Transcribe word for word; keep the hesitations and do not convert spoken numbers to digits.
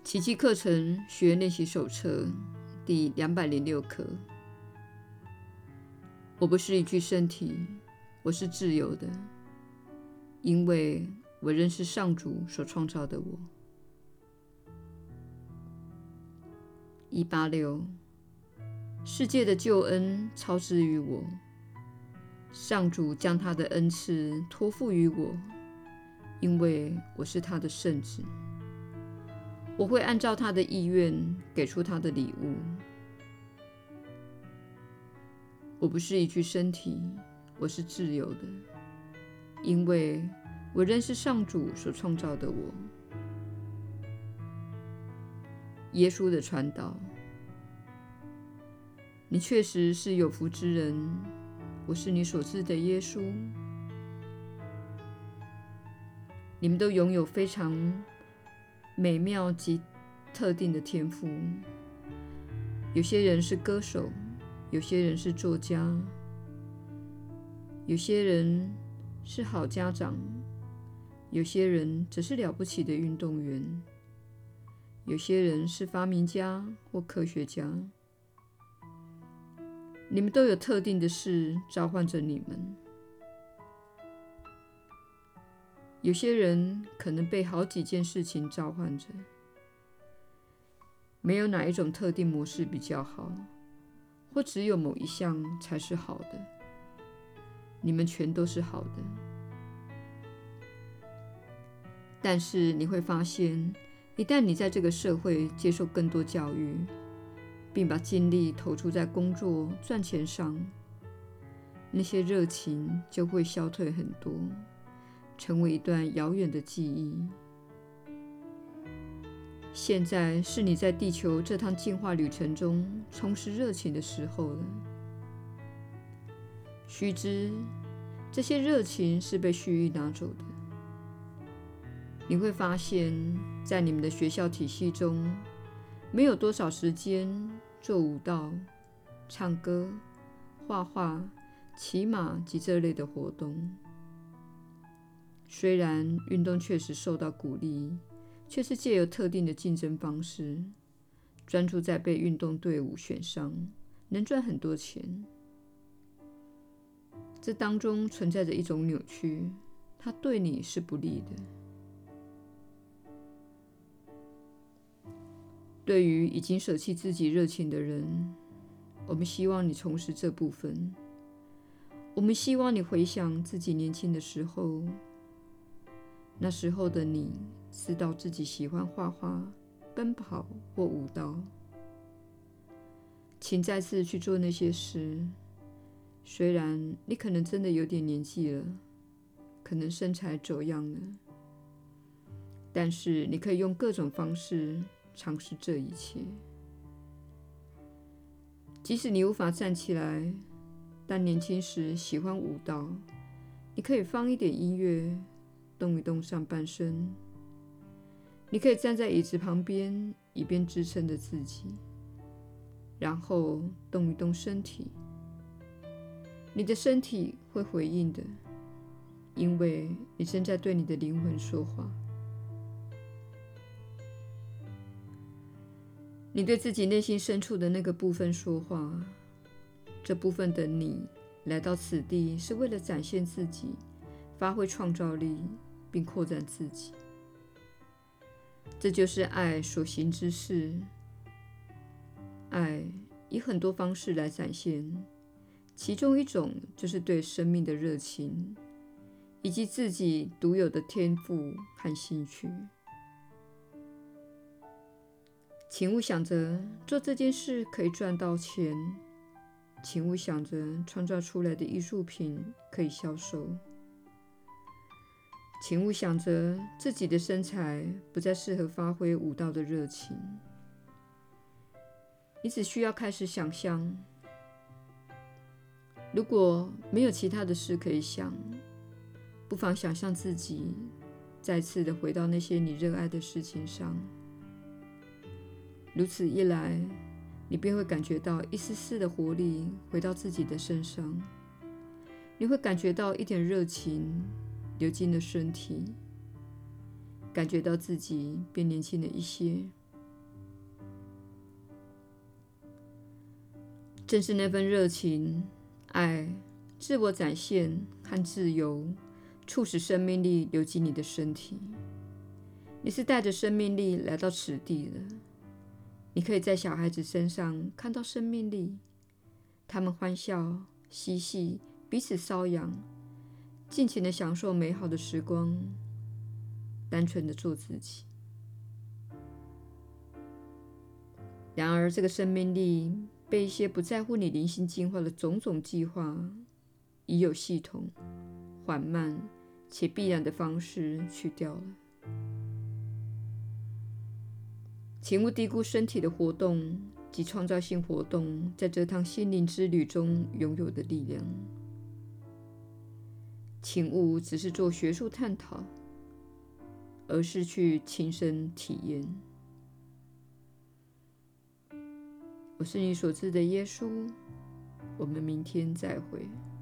奇迹课程学员练习手册第两百零六课。我不是一具身体，我是自由的，因为我认识上主所创造的我。一八六，世界的救恩超之于我，上主将他的恩赐托付于我，因为我是他的圣子。我会按照他的意愿给出他的礼物。我不是一具身体，我是自由的，因为我认识上主所创造的我。耶稣的传导，你确实是有福之人，我是你所知的耶稣。你们都拥有非常美妙及特定的天赋。有些人是歌手，有些人是作家，有些人是好家长，有些人则是了不起的运动员，有些人是发明家或科学家。你们都有特定的事召唤着你们。有些人可能被好几件事情召唤着，没有哪一种特定模式比较好，或只有某一项才是好的。你们全都是好的。但是你会发现，一旦你在这个社会接受更多教育，并把精力投注在工作、赚钱上，那些热情就会消退很多，成为一段遥远的记忆。现在是你在地球这趟进化旅程中重拾热情的时候了。须知，这些热情是被蓄意拿走的。你会发现，在你们的学校体系中，没有多少时间做舞蹈、唱歌、画画、骑马及这类的活动。虽然运动确实受到鼓励，却是借由特定的竞争方式，专注在被运动队伍选上，能赚很多钱。这当中存在着一种扭曲，它对你是不利的。对于已经舍弃自己热情的人，我们希望你重拾这部分。我们希望你回想自己年轻的时候，那时候的你知道自己喜欢画画、奔跑或舞蹈。请再次去做那些事。虽然你可能真的有点年纪了，可能身材走样了，但是你可以用各种方式尝试这一切。即使你无法站起来，但年轻时喜欢舞蹈，你可以放一点音乐，动一动上半身。你可以站在椅子旁边，以便支撑着自己，然后动一动身体。你的身体会回应的，因为你正在对你的灵魂说话。你对自己内心深处的那个部分说话。这部分的你来到此地是为了展现自己，发挥创造力，并扩展自己。这就是爱所行之事。爱以很多方式来展现，其中一种就是对生命的热情，以及自己独有的天赋和兴趣。请勿想着做这件事可以赚到钱，请勿想着创造出来的艺术品可以销售，请勿想着自己的身材不再适合发挥舞蹈的热情。你只需要开始想象，如果没有其他的事可以想，不妨想象自己再次的回到那些你热爱的事情上。如此一来，你便会感觉到一丝丝的活力回到自己的身上。你会感觉到一点热情流进了身体，感觉到自己变年轻了一些。 正是那份热情、爱、自我展现和自由，促使生命力流进你的身体。你是带着生命力来到此地的。你可以在小孩子身上看到生命力，他们欢笑、嬉戏，彼此搔痒，尽情地享受美好的时光，单纯地做自己。然而，这个生命力被一些不在乎你灵性进化的种种计划，以有系统、缓慢且必然的方式去掉了。请勿低估身体的活动及创造性活动在这趟心灵之旅中拥有的力量。请勿只是做学术探讨，而是去亲身体验。我是你所知的耶稣，我们明天再会。